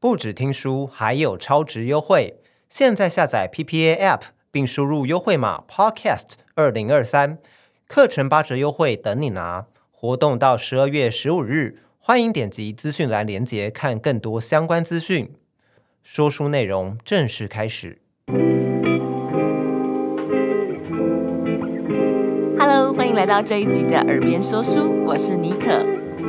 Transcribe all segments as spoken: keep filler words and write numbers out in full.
不只听书，还有超值优惠。现在下载 P P A App 并输入优惠码 Podcast 二零二三，课程八折优惠等你拿。活动到十二月十五日，欢迎点击资讯栏连结看更多相关资讯。说书内容正式开始。 Hello， 欢迎来到这一集的耳边说书，我是妮可。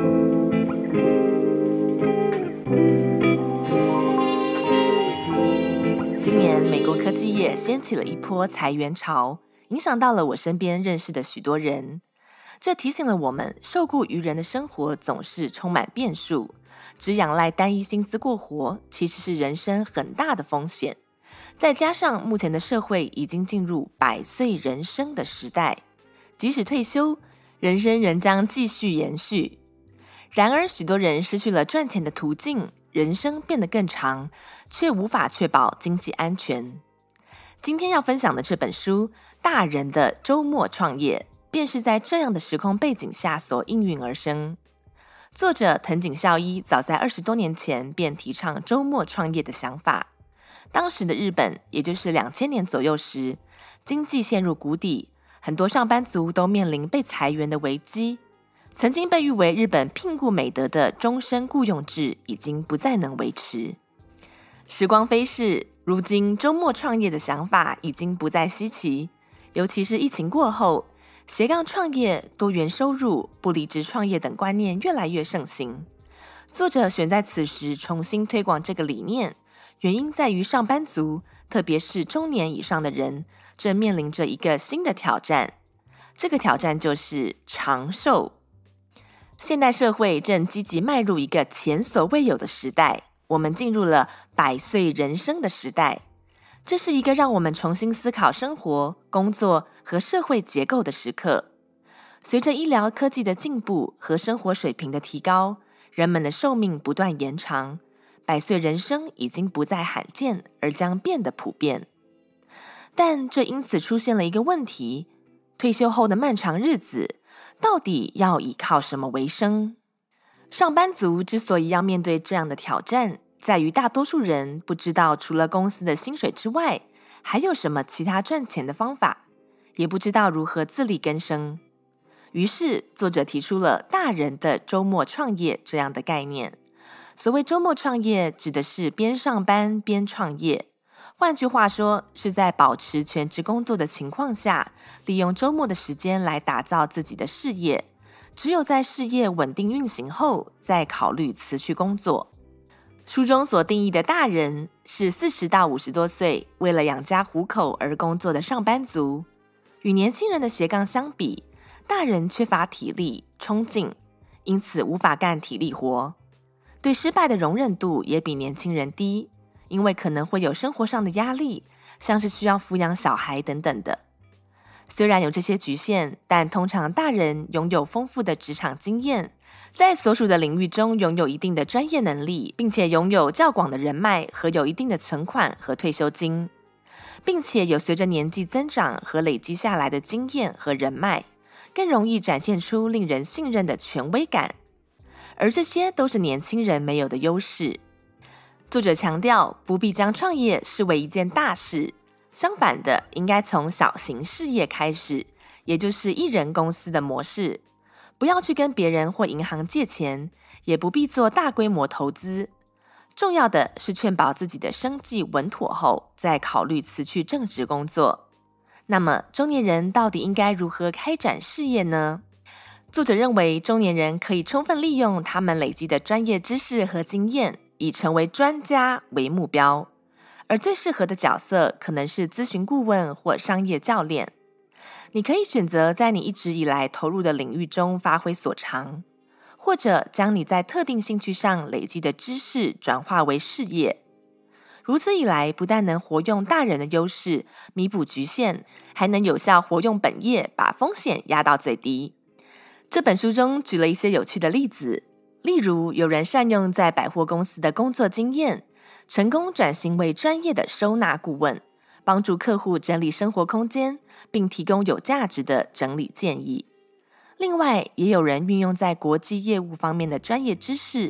今年美国科技业掀起了一波裁员潮，影响到了我身边认识的许多人。这提醒了我们，受雇于人的生活总是充满变数，只仰赖单一薪资过活，其实是人生很大的风险。再加上目前的社会已经进入百岁人生的时代，即使退休，人生仍将继续延续。然而，许多人失去了赚钱的途径，人生变得更长，却无法确保经济安全。今天要分享的这本书《大人的周末创业》，便是在这样的时空背景下所应运而生。作者藤井孝一早在二十多年前便提倡周末创业的想法。当时的日本，也就是两千年左右时，经济陷入谷底，很多上班族都面临被裁员的危机。曾经被誉为日本聘雇美德的终身雇佣制已经不再能维持。时光飞逝，如今周末创业的想法已经不再稀奇，尤其是疫情过后，斜杠创业、多元收入、不离职创业等观念越来越盛行。作者选在此时重新推广这个理念，原因在于上班族，特别是中年以上的人，正面临着一个新的挑战。这个挑战就是长寿。现代社会正积极迈入一个前所未有的时代，我们进入了百岁人生的时代。这是一个让我们重新思考生活、工作和社会结构的时刻。随着医疗科技的进步和生活水平的提高，人们的寿命不断延长，百岁人生已经不再罕见，而将变得普遍。但这因此出现了一个问题：退休后的漫长日子，到底要依靠什么为生？上班族之所以要面对这样的挑战，在于大多数人不知道除了公司的薪水之外，还有什么其他赚钱的方法，也不知道如何自力更生。于是，作者提出了大人的周末创业这样的概念。所谓周末创业，指的是边上班边创业。换句话说，是在保持全职工作的情况下，利用周末的时间来打造自己的事业。只有在事业稳定运行后，再考虑辞去工作。书中所定义的大人，是四十到五十多岁，为了养家糊口而工作的上班族。与年轻人的斜杠相比，大人缺乏体力、冲劲，因此无法干体力活。对失败的容忍度也比年轻人低，因为可能会有生活上的压力，像是需要抚养小孩等等的。虽然有这些局限，但通常大人拥有丰富的职场经验，在所属的领域中拥有一定的专业能力，并且拥有较广的人脉和有一定的存款和退休金，并且有随着年纪增长和累积下来的经验和人脉，更容易展现出令人信任的权威感。而这些都是年轻人没有的优势。作者强调，不必将创业视为一件大事，相反的，应该从小型事业开始，也就是一人公司的模式。不要去跟别人或银行借钱，也不必做大规模投资。重要的是确保自己的生计稳妥后，再考虑辞去正职工作。那么，中年人到底应该如何开展事业呢？作者认为，中年人可以充分利用他们累积的专业知识和经验，以成为专家为目标。而最适合的角色可能是咨询顾问或商业教练。你可以选择在你一直以来投入的领域中发挥所长，或者将你在特定兴趣上累积的知识转化为事业。如此一来，不但能活用大人的优势弥补局限，还能有效活用本业，把风险压到最低。这本书中举了一些有趣的例子，例如有人善用在百货公司的工作经验，成功转型为专业的收纳顾问，帮助客户整理生活空间，并提供有价值的整理建议。另外，也有人运用在国际业务方面的专业知识，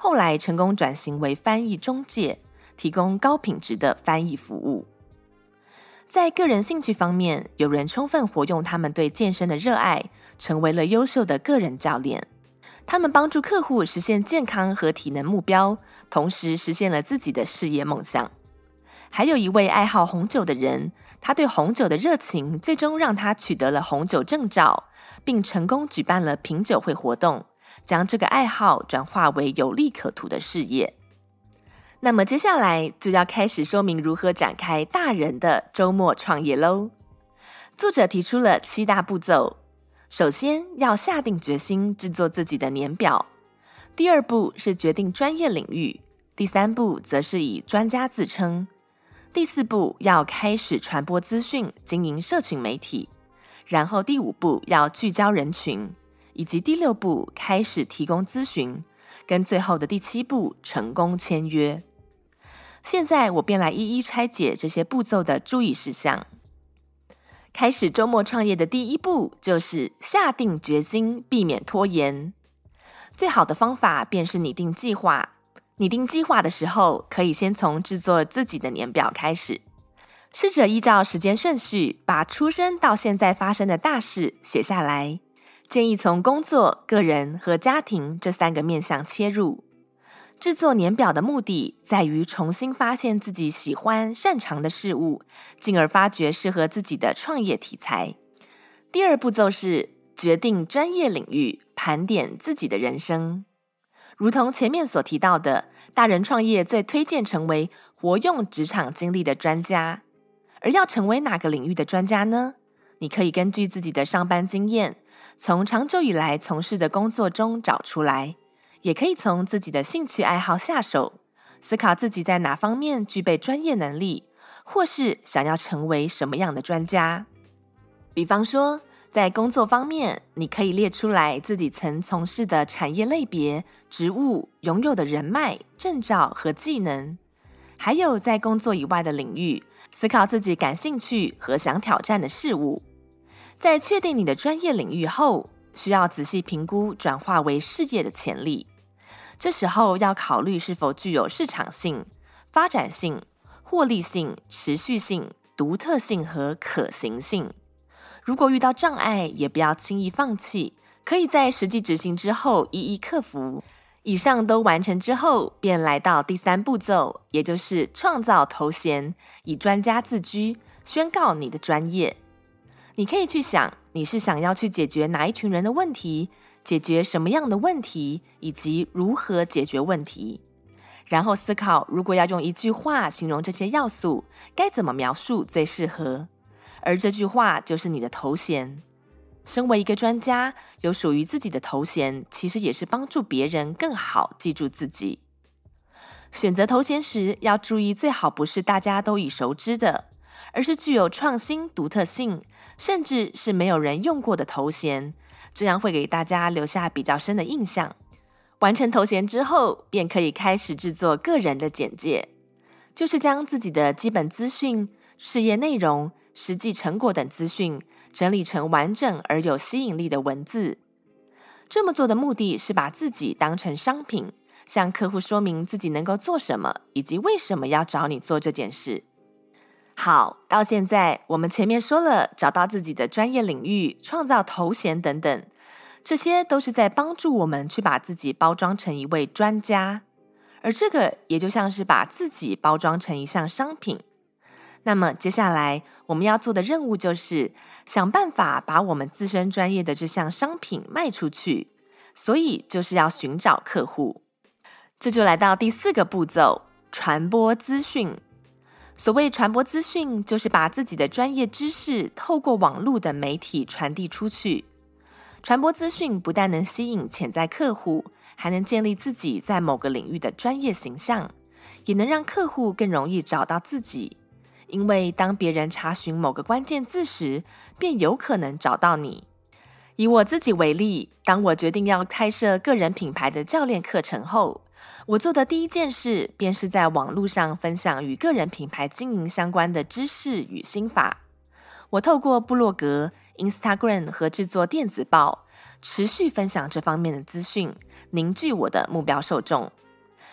后来成功转型为翻译中介，提供高品质的翻译服务。在个人兴趣方面，有人充分活用他们对健身的热爱，成为了优秀的个人教练。他们帮助客户实现健康和体能目标，同时实现了自己的事业梦想。还有一位爱好红酒的人，他对红酒的热情最终让他取得了红酒证照，并成功举办了品酒会活动，将这个爱好转化为有利可图的事业。那么接下来就要开始说明如何展开大人的周末创业咯。作者提出了七大步骤，首先要下定决心制作自己的年表，第二步是决定专业领域，第三步则是以专家自称，第四步要开始传播资讯，经营社群媒体，然后第五步要聚焦人群，以及第六步开始提供咨询，跟最后的第七步成功签约。现在我便来一一拆解这些步骤的注意事项。开始周末创业的第一步就是下定决心，避免拖延。最好的方法便是拟定计划。拟定计划的时候，可以先从制作自己的年表开始，试着依照时间顺序，把出生到现在发生的大事写下来。建议从工作、个人和家庭这三个面向切入。制作年表的目的在于重新发现自己喜欢、擅长的事物，进而发掘适合自己的创业题材。第二步骤是决定专业领域，盘点自己的人生。如同前面所提到的，大人创业最推荐成为活用职场经历的专家。而要成为哪个领域的专家呢？你可以根据自己的上班经验，从长久以来从事的工作中找出来。也可以从自己的兴趣爱好下手，思考自己在哪方面具备专业能力，或是想要成为什么样的专家。比方说，在工作方面，你可以列出来自己曾从事的产业类别、职务、拥有的人脉、证照和技能。还有在工作以外的领域，思考自己感兴趣和想挑战的事物。在确定你的专业领域后，需要仔细评估转化为事业的潜力。这时候要考虑是否具有市场性、发展性、获利性、持续性、独特性和可行性。如果遇到障碍，也不要轻易放弃，可以在实际执行之后一一克服。以上都完成之后，便来到第三步骤，也就是创造头衔，以专家自居，宣告你的专业。你可以去想，你是想要去解决哪一群人的问题，解决什么样的问题，以及如何解决问题。然后思考，如果要用一句话形容这些要素，该怎么描述最适合？而这句话就是你的头衔。身为一个专家，有属于自己的头衔，其实也是帮助别人更好记住自己。选择头衔时，要注意最好不是大家都已熟知的，而是具有创新、独特性，甚至是没有人用过的头衔，这样会给大家留下比较深的印象。完成头衔之后，便可以开始制作个人的简介，就是将自己的基本资讯、事业内容、实际成果等资讯整理成完整而有吸引力的文字。这么做的目的是把自己当成商品，向客户说明自己能够做什么，以及为什么要找你做这件事。好，到现在我们前面说了找到自己的专业领域、创造头衔等等，这些都是在帮助我们去把自己包装成一位专家，而这个也就像是把自己包装成一项商品。那么接下来我们要做的任务就是想办法把我们自身专业的这项商品卖出去，所以就是要寻找客户。这就来到第四个步骤，传播资讯。所谓传播资讯，就是把自己的专业知识透过网络的媒体传递出去。传播资讯不但能吸引潜在客户，还能建立自己在某个领域的专业形象，也能让客户更容易找到自己。因为当别人查询某个关键字时，便有可能找到你。以我自己为例，当我决定要开设个人品牌的教练课程后，我做的第一件事便是在网络上分享与个人品牌经营相关的知识与心法。我透过部落格、Instagram 和制作电子报，持续分享这方面的资讯，凝聚我的目标受众。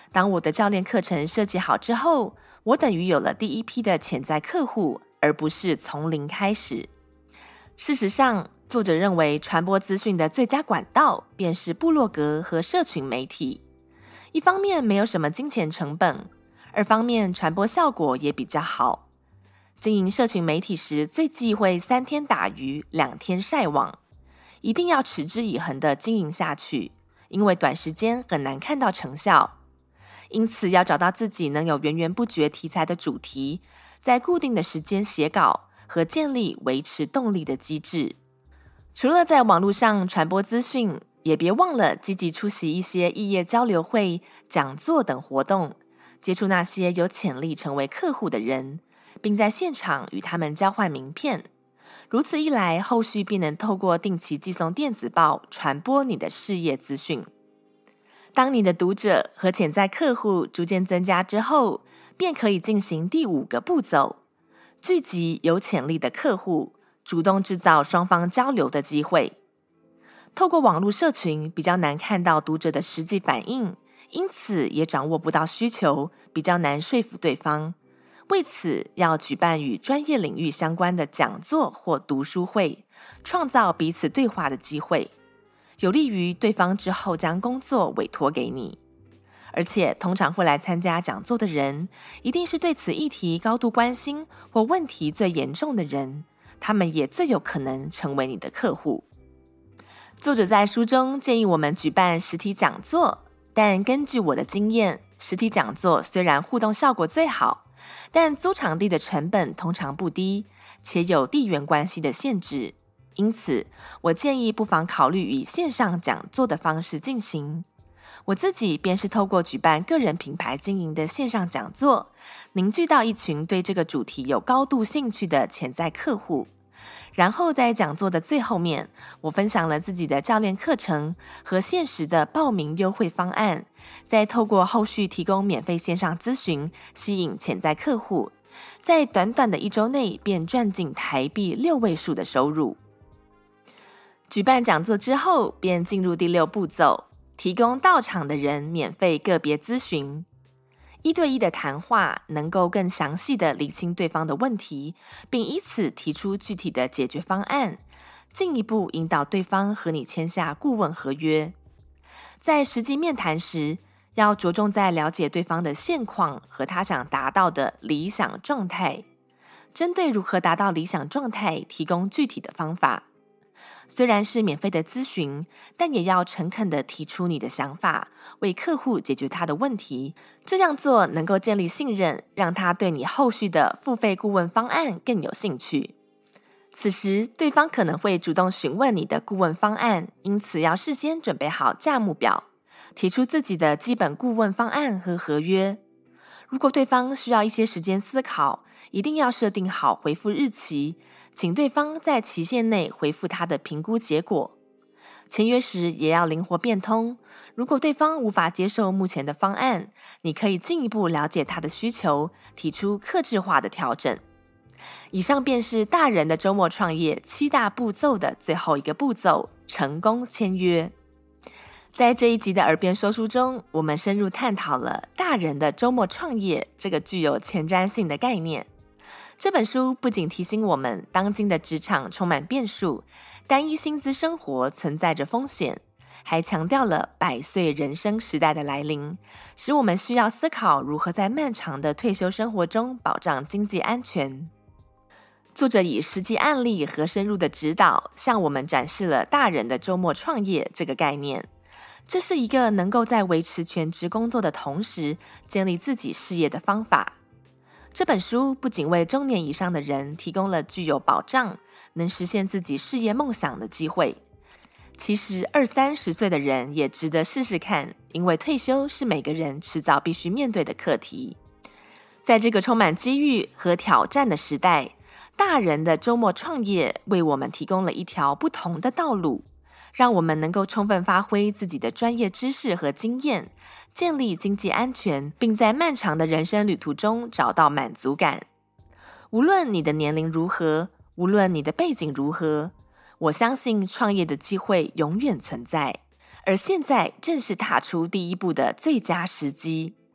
当我的教练课程设计好之后，我等于有了第一批的潜在客户，而不是从零开始。事实上，作者认为传播资讯的最佳管道便是部落格和社群媒体。一方面没有什么金钱成本，二方面传播效果也比较好。经营社群媒体时，最忌讳三天打鱼两天晒网，一定要持之以恒地经营下去，因为短时间很难看到成效。因此要找到自己能有源源不绝题材的主题，在固定的时间写稿和建立维持动力的机制。除了在网络上传播资讯，也别忘了积极出席一些异业交流会、讲座等活动，接触那些有潜力成为客户的人，并在现场与他们交换名片。如此一来，后续便能透过定期寄送电子报传播你的事业资讯。当你的读者和潜在客户逐渐增加之后，便可以进行第五个步骤，聚集有潜力的客户，主动制造双方交流的机会。透过网络社群比较难看到读者的实际反应，因此也掌握不到需求，比较难说服对方。为此，要举办与专业领域相关的讲座或读书会，创造彼此对话的机会，有利于对方之后将工作委托给你。而且，通常会来参加讲座的人，一定是对此议题高度关心或问题最严重的人，他们也最有可能成为你的客户。作者在书中建议我们举办实体讲座，但根据我的经验，实体讲座虽然互动效果最好，但租场地的成本通常不低，且有地缘关系的限制。因此，我建议不妨考虑以线上讲座的方式进行。我自己便是透过举办个人品牌经营的线上讲座，凝聚到一群对这个主题有高度兴趣的潜在客户。然后在讲座的最后面，我分享了自己的教练课程和限时的报名优惠方案，再透过后续提供免费线上咨询，吸引潜在客户，在短短的一周内便赚进台币六位数的收入。举办讲座之后，便进入第六步骤，提供到场的人免费个别咨询。一对一的谈话能够更详细地理清对方的问题，并以此提出具体的解决方案，进一步引导对方和你签下顾问合约。在实际面谈时，要着重在了解对方的现况和他想达到的理想状态，针对如何达到理想状态提供具体的方法。虽然是免费的咨询，但也要诚恳地提出你的想法，为客户解决他的问题。这样做能够建立信任，让他对你后续的付费顾问方案更有兴趣。此时，对方可能会主动询问你的顾问方案，因此要事先准备好价目表，提出自己的基本顾问方案和合约。如果对方需要一些时间思考，一定要设定好回复日期，请对方在期限内回复他的评估结果。签约时也要灵活变通，如果对方无法接受目前的方案，你可以进一步了解他的需求，提出客制化的调整。以上便是大人的周末创业七大步骤的最后一个步骤，成功签约。在这一集的耳边说书中，我们深入探讨了大人的周末创业这个具有前瞻性的概念。这本书不仅提醒我们当今的职场充满变数，单一薪资生活存在着风险，还强调了百岁人生时代的来临，使我们需要思考如何在漫长的退休生活中保障经济安全。作者以实际案例和深入的指导，向我们展示了大人的周末创业这个概念。这是一个能够在维持全职工作的同时，建立自己事业的方法。这本书不仅为中年以上的人提供了具有保障、能实现自己事业梦想的机会，其实二三十岁的人也值得试试看，因为退休是每个人迟早必须面对的课题。在这个充满机遇和挑战的时代，大人的周末创业为我们提供了一条不同的道路，让我们能够充分发挥自己的专业知识和经验，建立经济安全，并在漫长的人生旅途中找到满足感。无论你的年龄如何，无论你的背景如何，我相信创业的机会永远存在，而现在正是踏出第一步的最佳时机。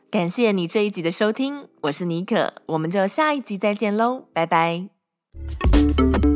感谢你这一集的收听，我是妮可，我们就下一集再见喽，拜拜。